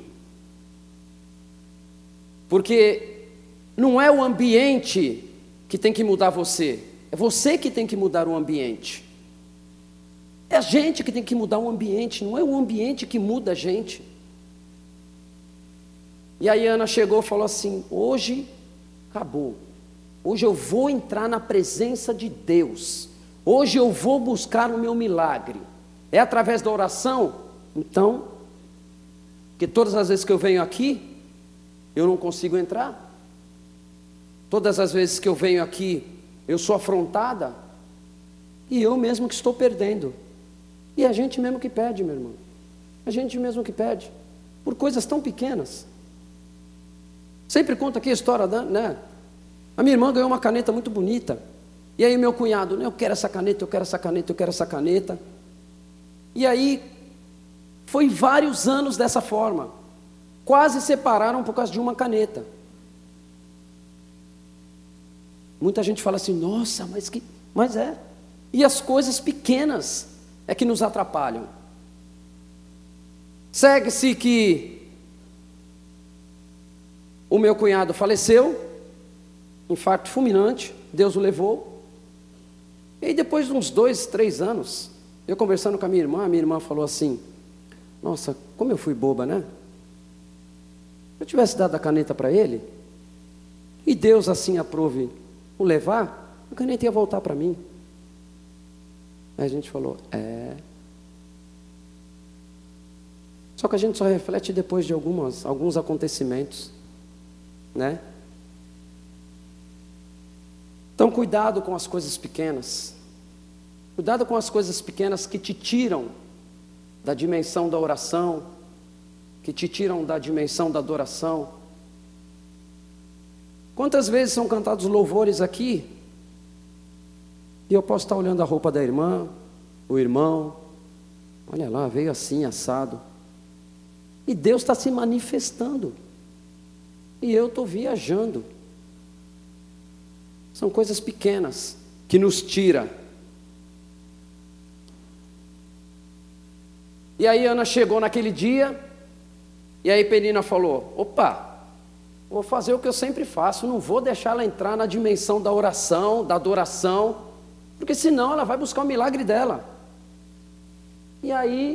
Porque não é o ambiente que tem que mudar você. É você que tem que mudar o ambiente. É a gente que tem que mudar o ambiente. Não é o ambiente que muda a gente. E aí Ana chegou e falou assim: hoje acabou. Hoje eu vou entrar na presença de Deus. Hoje eu vou buscar o meu milagre. É através da oração? Então, porque todas as vezes que eu venho aqui, eu não consigo entrar. Todas as vezes que eu venho aqui, eu sou afrontada. E eu mesmo que estou perdendo. E é a gente mesmo que perde, meu irmão. A gente mesmo que perde. Por coisas tão pequenas. Sempre conta aqui a história, né? A minha irmã ganhou uma caneta muito bonita. E aí meu cunhado: eu quero essa caneta, eu quero essa caneta, eu quero essa caneta. E aí, foi vários anos dessa forma. Quase separaram por causa de uma caneta. Muita gente fala assim: nossa, mas é. E as coisas pequenas é que nos atrapalham. Segue-se que o meu cunhado faleceu, infarto fulminante, Deus o levou. E aí depois de uns 2, 3 anos, eu conversando com a minha irmã falou assim: nossa, como eu fui boba, né? Se eu tivesse dado a caneta para ele, e Deus assim aprove o levar, a caneta ia voltar para mim. Aí a gente falou: Só que a gente só reflete depois de alguns acontecimentos, né? Então cuidado com as coisas pequenas. Cuidado com as coisas pequenas que te tiram da dimensão da oração, que te tiram da dimensão da adoração. Quantas vezes são cantados louvores aqui, e eu posso estar olhando a roupa da irmã, o irmão, olha lá, veio assim, assado, e Deus está se manifestando, e eu estou viajando. São coisas pequenas que nos tiram. E aí Ana chegou naquele dia, e aí Penina falou: opa, vou fazer o que eu sempre faço, não vou deixar ela entrar na dimensão da oração, da adoração, porque senão ela vai buscar o milagre dela. E aí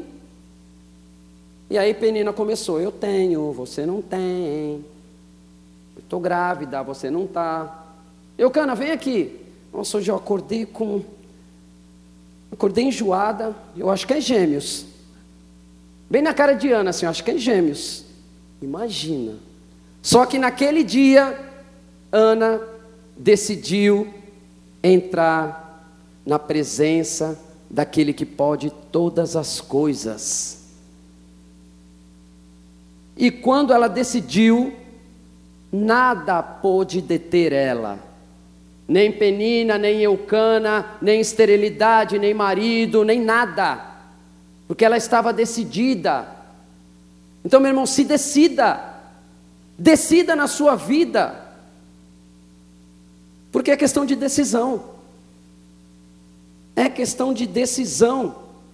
Penina começou: eu tenho, você não tem, eu estou grávida, você não está. Eucana, vem aqui. Nossa, hoje eu acordei enjoada, eu acho que é gêmeos. Bem na cara de Ana, assim, eu acho que é gêmeos. Imagina. Só que naquele dia, Ana decidiu entrar na presença daquele que pode todas as coisas. E quando ela decidiu, nada pôde deter ela. Nem Penina, nem Eucana, nem esterilidade, nem marido, nem nada. Porque ela estava decidida. Então, meu irmão, se decida. Decida na sua vida. Porque é questão de decisão. É questão de decisão.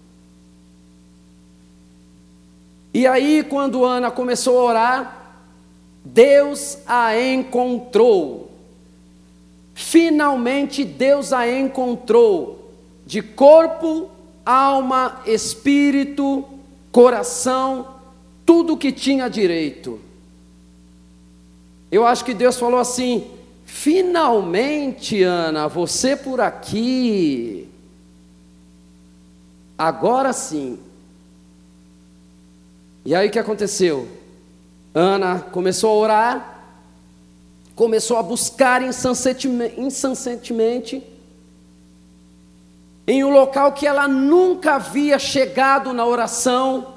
E aí, quando Ana começou a orar, Deus a encontrou. Finalmente Deus a encontrou, de corpo, alma, espírito, coração, tudo que tinha direito. Eu acho que Deus falou assim: finalmente, Ana, você por aqui, agora sim. E aí o que aconteceu? Ana começou a orar, começou a buscar incessantemente, em um local que ela nunca havia chegado na oração.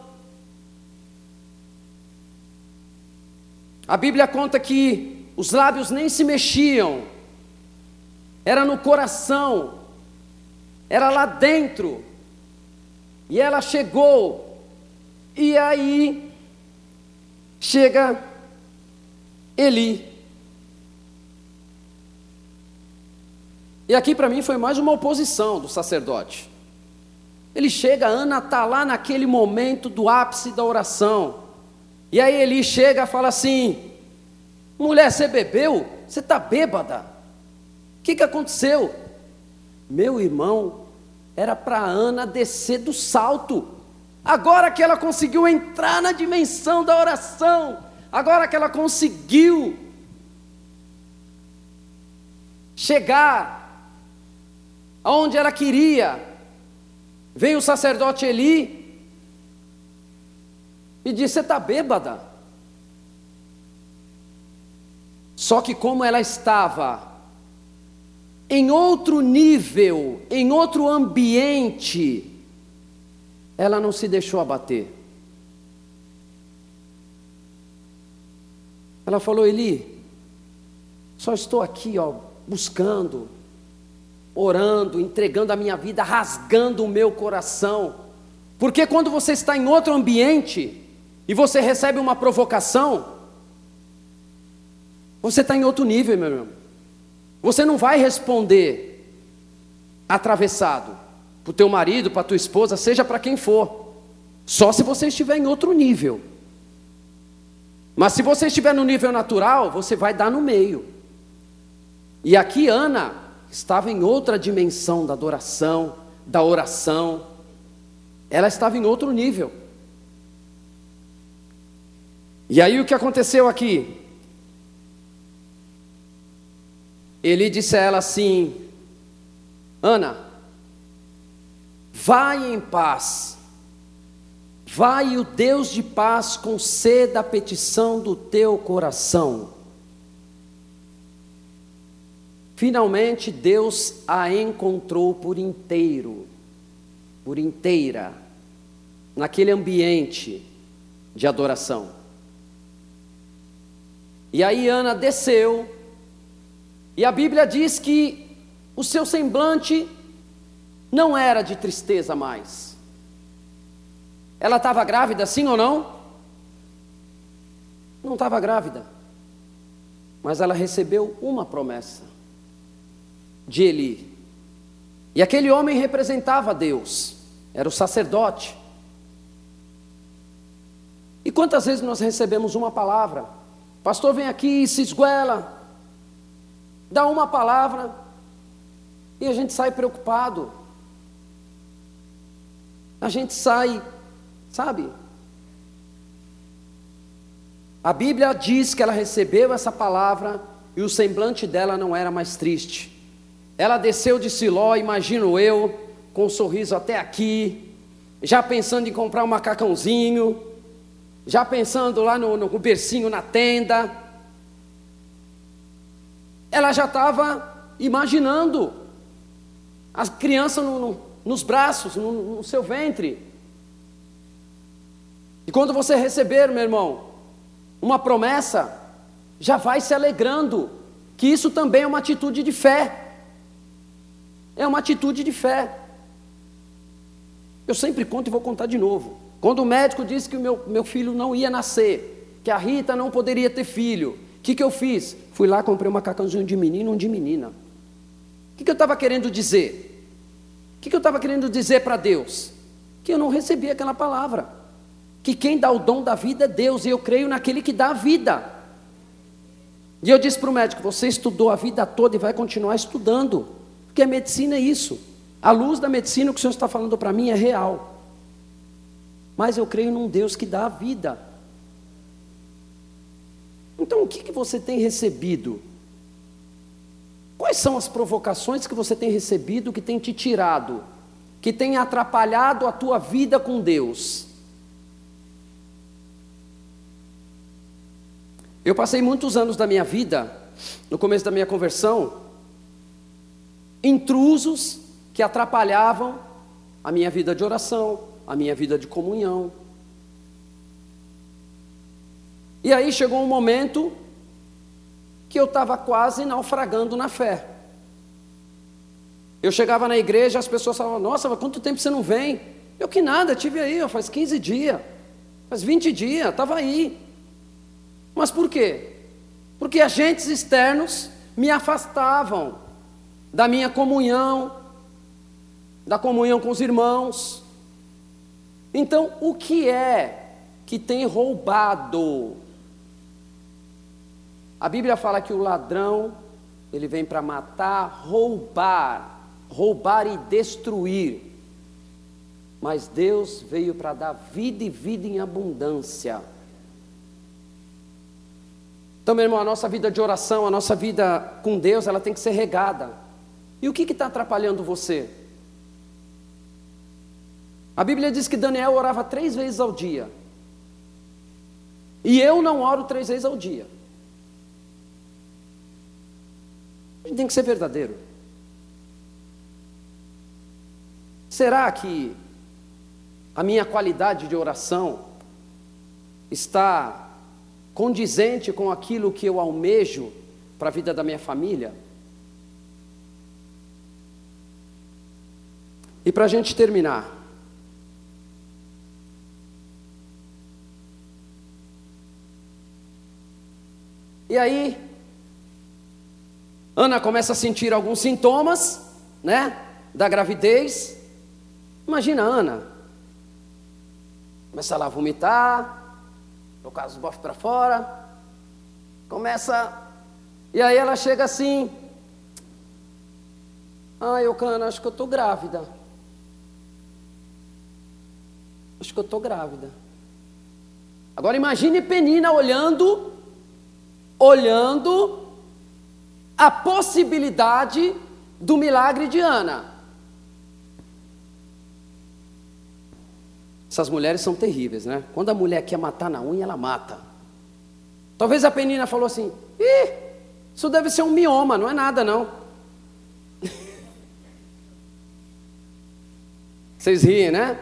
A Bíblia conta que os lábios nem se mexiam, era no coração, era lá dentro. E ela chegou, e aí chega Eli. E aqui para mim foi mais uma oposição do sacerdote. Ele chega, Ana está lá naquele momento do ápice da oração. E aí Eli chega e fala assim: mulher, você bebeu? Você está bêbada? O que aconteceu? Meu irmão, era para Ana descer do salto. Agora que ela conseguiu entrar na dimensão da oração, agora que ela conseguiu chegar aonde ela queria, veio o sacerdote Eli e disse: você está bêbada? Só que como ela estava em outro nível, em outro ambiente, ela não se deixou abater. Ela falou: Eli, só estou aqui, buscando, orando, entregando a minha vida, rasgando o meu coração. Porque quando você está em outro ambiente e você recebe uma provocação, você está em outro nível, meu irmão. Você não vai responder atravessado para o teu marido, para a tua esposa, seja para quem for, só se você estiver em outro nível. Mas se você estiver no nível natural, você vai dar no meio. E aqui Ana estava em outra dimensão da adoração, da oração. Ela estava em outro nível. E aí o que aconteceu aqui? Ele disse a ela assim: Ana, vai em paz, vai e o Deus de paz conceda a petição do teu coração. Finalmente Deus a encontrou por inteiro, por inteira, naquele ambiente de adoração. E aí Ana desceu, e a Bíblia diz que o seu semblante não era de tristeza mais. Ela estava grávida, sim ou não? Não estava grávida, mas ela recebeu uma promessa de Eli. E aquele homem representava Deus, era o sacerdote. E quantas vezes nós recebemos uma palavra? Pastor, vem aqui e se esguela, dá uma palavra, e a gente sai preocupado. A gente sai, sabe? A Bíblia diz que ela recebeu essa palavra e o semblante dela não era mais triste. Ela desceu de Siló, imagino eu, com um sorriso até aqui, já pensando em comprar um macacãozinho, já pensando lá no bercinho na tenda. Ela já estava imaginando as crianças nos braços, no seu ventre. E quando você receber, meu irmão, uma promessa, já vai se alegrando, que isso também é uma atitude de fé. É uma atitude de fé. Eu sempre conto e vou contar de novo. Quando o médico disse que o meu filho não ia nascer, que a Rita não poderia ter filho, o que eu fiz? Fui lá, comprei um macacãozinho de menino e um de menina. O que eu estava querendo dizer? O que eu estava querendo dizer para Deus? Que eu não recebi aquela palavra. Que quem dá o dom da vida é Deus, e eu creio naquele que dá a vida. E eu disse para o médico: você estudou a vida toda e vai continuar estudando, porque a medicina é isso. À luz da medicina, o que o Senhor está falando para mim é real. Mas eu creio num Deus que dá a vida. Então, o que você tem recebido? Quais são as provocações que você tem recebido que tem te tirado, que tem atrapalhado a tua vida com Deus? Eu passei muitos anos da minha vida, no começo da minha conversão, intrusos que atrapalhavam a minha vida de oração, a minha vida de comunhão. E aí chegou um momento que eu estava quase naufragando na fé. Eu chegava na igreja, as pessoas falavam: nossa, mas quanto tempo você não vem? Eu que nada, estive aí, faz 15 dias, faz 20 dias, estava aí. Mas por quê? Porque agentes externos me afastavam da minha comunhão, da comunhão com os irmãos. Então, o que é que tem roubado? A Bíblia fala que o ladrão, ele vem para matar, roubar e destruir. Mas Deus veio para dar vida e vida em abundância. Então, meu irmão, a nossa vida de oração, a nossa vida com Deus, ela tem que ser regada. E o que está atrapalhando você? A Bíblia diz que Daniel orava 3 vezes ao dia. E eu não oro 3 vezes ao dia. A gente tem que ser verdadeiro. Será que a minha qualidade de oração está condizente com aquilo que eu almejo para a vida da minha família? E para a gente terminar, e aí Ana começa a sentir alguns sintomas, né, da gravidez. Imagina Ana, começa lá a vomitar, colocar os bofes para fora, e aí ela chega assim: Eucana, acho que eu estou grávida. Acho que eu estou grávida. Agora imagine Penina olhando a possibilidade do milagre de Ana. Essas mulheres são terríveis, né? Quando a mulher quer matar na unha, ela mata. Talvez a Penina falou assim: isso deve ser um mioma, não é nada não. Vocês riem, né?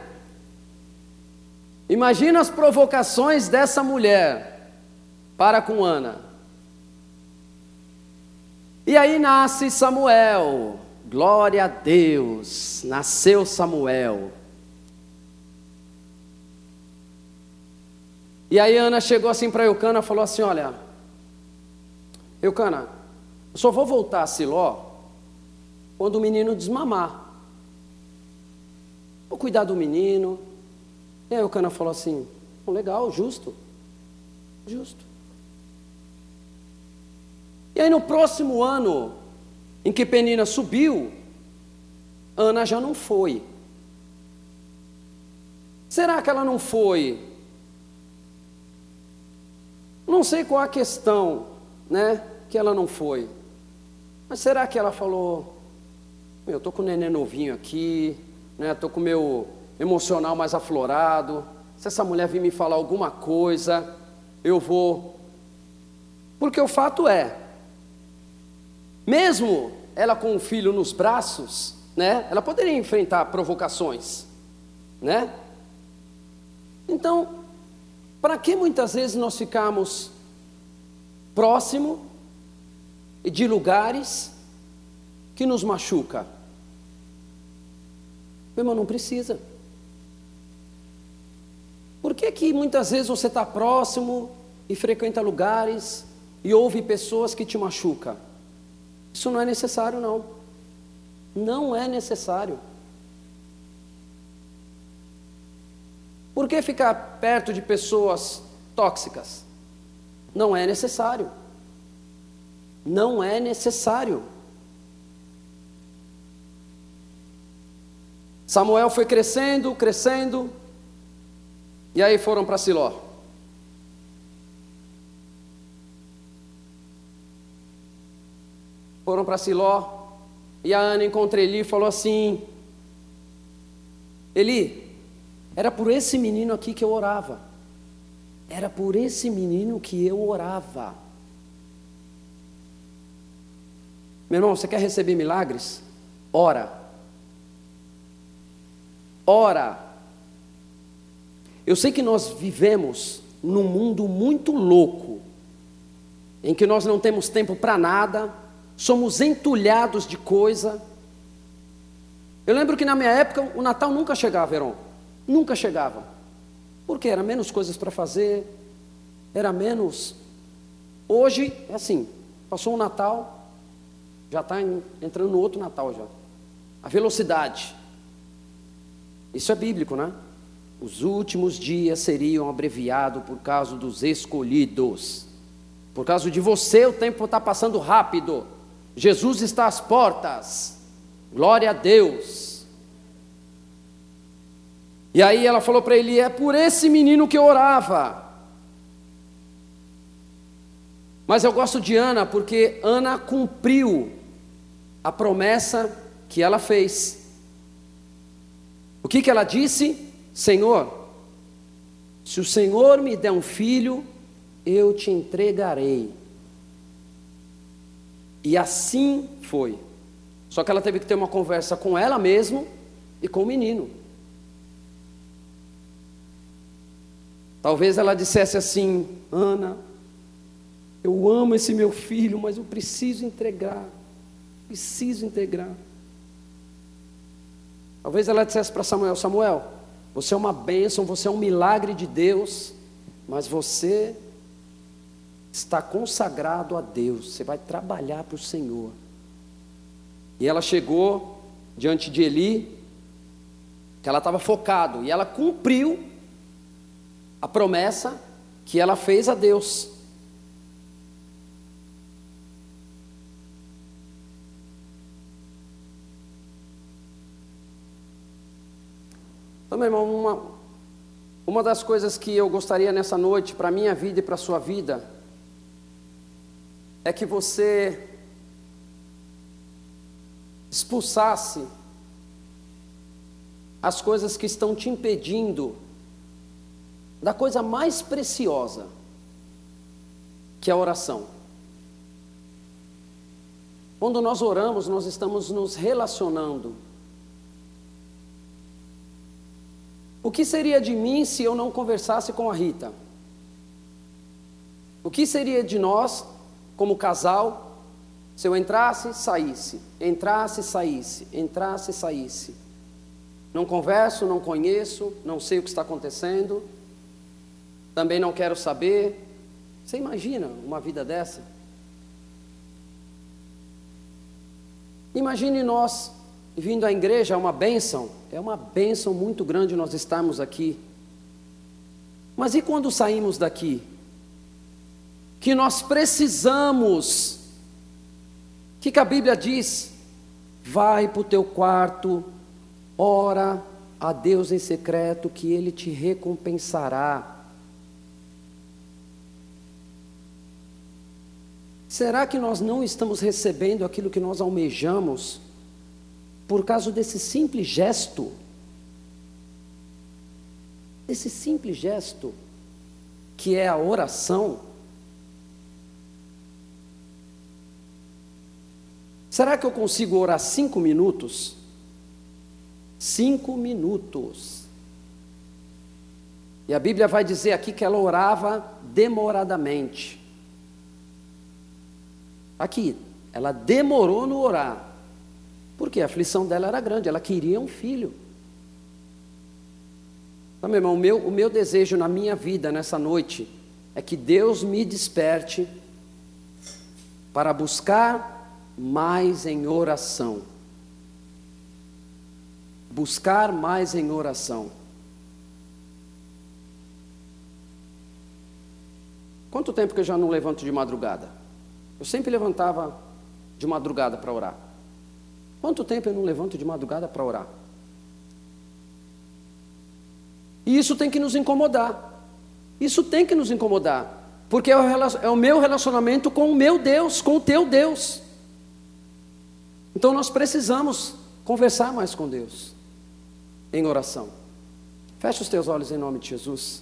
Imagina as provocações dessa mulher para com Ana. E aí nasce Samuel. Glória a Deus, nasceu Samuel. E aí Ana chegou assim para Eucana e falou assim: olha, Eucana, eu só vou voltar a Siló quando o menino desmamar. Vou cuidar do menino. E aí Eucana falou assim: legal, justo. E aí no próximo ano, em que Penina subiu, Ana já não foi. Será que ela não foi? Não sei qual a questão, né, que ela não foi. Mas será que ela falou: eu estou com o neném novinho aqui, né, estou com o meu emocional mais aflorado, se essa mulher vir me falar alguma coisa, eu vou. Porque o fato é, mesmo ela com o filho nos braços, né, ela poderia enfrentar provocações, né? Então, para que muitas vezes nós ficamos próximo de lugares que nos machuca? Meu irmão, não precisa. Por que muitas vezes você está próximo e frequenta lugares e ouve pessoas que te machucam? Isso não é necessário, não. Não é necessário. Por que ficar perto de pessoas tóxicas? Não é necessário. Não é necessário. Samuel foi crescendo, e aí foram para Siló. foram para Siló, e a Ana encontra Eli e falou assim: Eli, era por esse menino aqui que eu orava. Era por esse menino que eu orava. Meu irmão, você quer receber milagres? Ora. Ora. Eu sei que nós vivemos num mundo muito louco, em que nós não temos tempo para nada, somos entulhados de coisa. Eu lembro que na minha época o Natal nunca chegava, Heron. Nunca chegava. Porque era menos coisas para fazer, era menos. Hoje é assim, passou o Natal, já está entrando no outro Natal já. A velocidade. Isso é bíblico, né? Os últimos dias seriam abreviados por causa dos escolhidos. Por causa de você, o tempo está passando rápido. Jesus está às portas. Glória a Deus. E aí ela falou para ele: é por esse menino que eu orava. Mas eu gosto de Ana, porque Ana cumpriu a promessa que ela fez. O que ela disse? Senhor, se o Senhor me der um filho, eu te entregarei. E assim foi. Só que ela teve que ter uma conversa com ela mesma e com o menino. Talvez ela dissesse assim: Ana, eu amo esse meu filho, mas eu preciso entregar. Preciso entregar. Talvez ela dissesse para Samuel: Samuel, você é uma bênção, você é um milagre de Deus, mas você está consagrado a Deus, você vai trabalhar para o Senhor. E ela chegou diante de Eli, que ela estava focado, e ela cumpriu a promessa que ela fez a Deus. Então, meu irmão, uma das coisas que eu gostaria nessa noite, para a minha vida e para a sua vida, é que você expulsasse as coisas que estão te impedindo da coisa mais preciosa, que é a oração. Quando nós oramos, nós estamos nos relacionando. O que seria de mim se eu não conversasse com a Rita? O que seria de nós, como casal, se eu entrasse, saísse, entrasse, saísse, entrasse, saísse? Não converso, não conheço, não sei o que está acontecendo, também não quero saber. Você imagina uma vida dessa? Imagine nós vindo à igreja, é uma bênção muito grande nós estarmos aqui. Mas e quando saímos daqui? Que nós precisamos, o que a Bíblia diz? Vai para o teu quarto, ora a Deus em secreto, que Ele te recompensará. Será que nós não estamos recebendo aquilo que nós almejamos por causa desse simples gesto? Esse simples gesto, que é a oração. Será que eu consigo orar 5 minutos? 5 minutos. E a Bíblia vai dizer aqui que ela orava demoradamente. Aqui, ela demorou no orar. Porque a aflição dela era grande, ela queria um filho. Então, meu irmão, o meu desejo na minha vida nessa noite é que Deus me desperte para buscar mais em oração. Buscar mais em oração. Quanto tempo que eu já não levanto de madrugada? Eu sempre levantava de madrugada para orar. Quanto tempo eu não levanto de madrugada para orar? E isso tem que nos incomodar. Isso tem que nos incomodar. Porque é o meu relacionamento com o meu Deus, com o teu Deus. Então nós precisamos conversar mais com Deus em oração. Feche os teus olhos em nome de Jesus.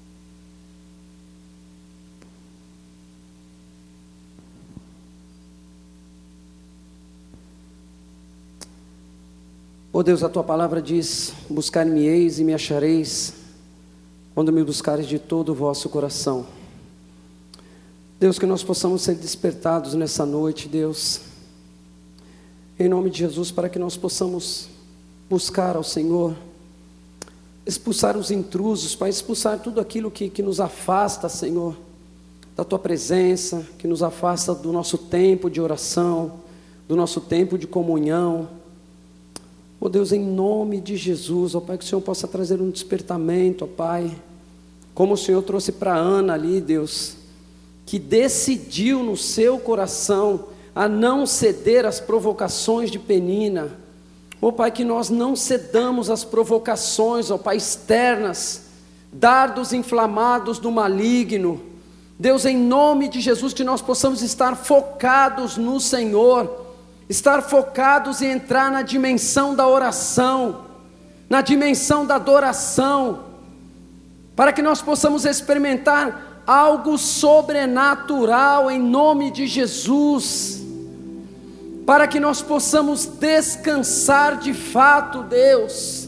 Oh Deus, a tua palavra diz: buscar-me-eis e me achareis, quando me buscares de todo o vosso coração. Deus, que nós possamos ser despertados nessa noite, Deus, em nome de Jesus, para que nós possamos buscar ao Senhor, expulsar os intrusos, Pai, expulsar tudo aquilo que nos afasta, Senhor, da tua presença, que nos afasta do nosso tempo de oração, do nosso tempo de comunhão. Oh Deus, em nome de Jesus, ó Pai, que o Senhor possa trazer um despertamento, ó Pai, como o Senhor trouxe para Ana ali, Deus, que decidiu no seu coração a não ceder às provocações de Penina. Ó Pai, que nós não cedamos às provocações, ó Pai, externas, dardos inflamados do maligno. Deus, em nome de Jesus, que nós possamos estar focados no Senhor, estar focados em entrar na dimensão da oração, na dimensão da adoração, para que nós possamos experimentar algo sobrenatural em nome de Jesus, para que nós possamos descansar de fato, Deus.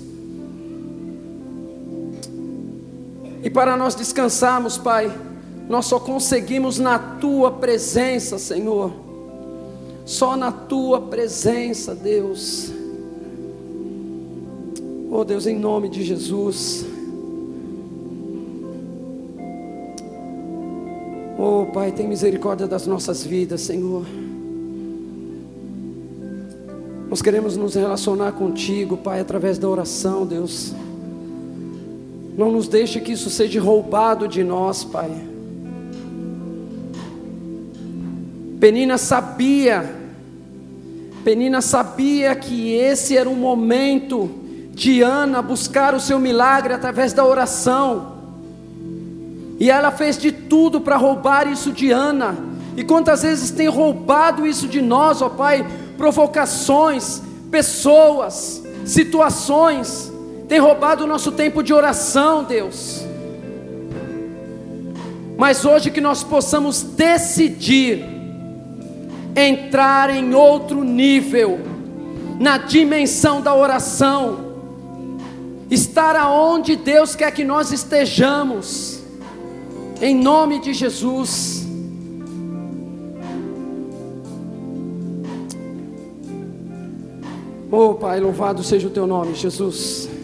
E para nós descansarmos, Pai, nós só conseguimos na Tua presença, Senhor. Só na Tua presença, Deus. Oh Deus, em nome de Jesus. Oh Pai, tem misericórdia das nossas vidas, Senhor. Nós queremos nos relacionar contigo, Pai, através da oração, Deus. Não nos deixe que isso seja roubado de nós, Pai. Penina sabia que esse era o momento de Ana buscar o seu milagre através da oração. E ela fez de tudo para roubar isso de Ana. E quantas vezes tem roubado isso de nós, ó Pai? Provocações, pessoas, situações, tem roubado o nosso tempo de oração, Deus. Mas hoje que nós possamos decidir entrar em outro nível, na dimensão da oração, estar aonde Deus quer que nós estejamos, em nome de Jesus. Oh Pai, louvado seja o Teu nome, Jesus.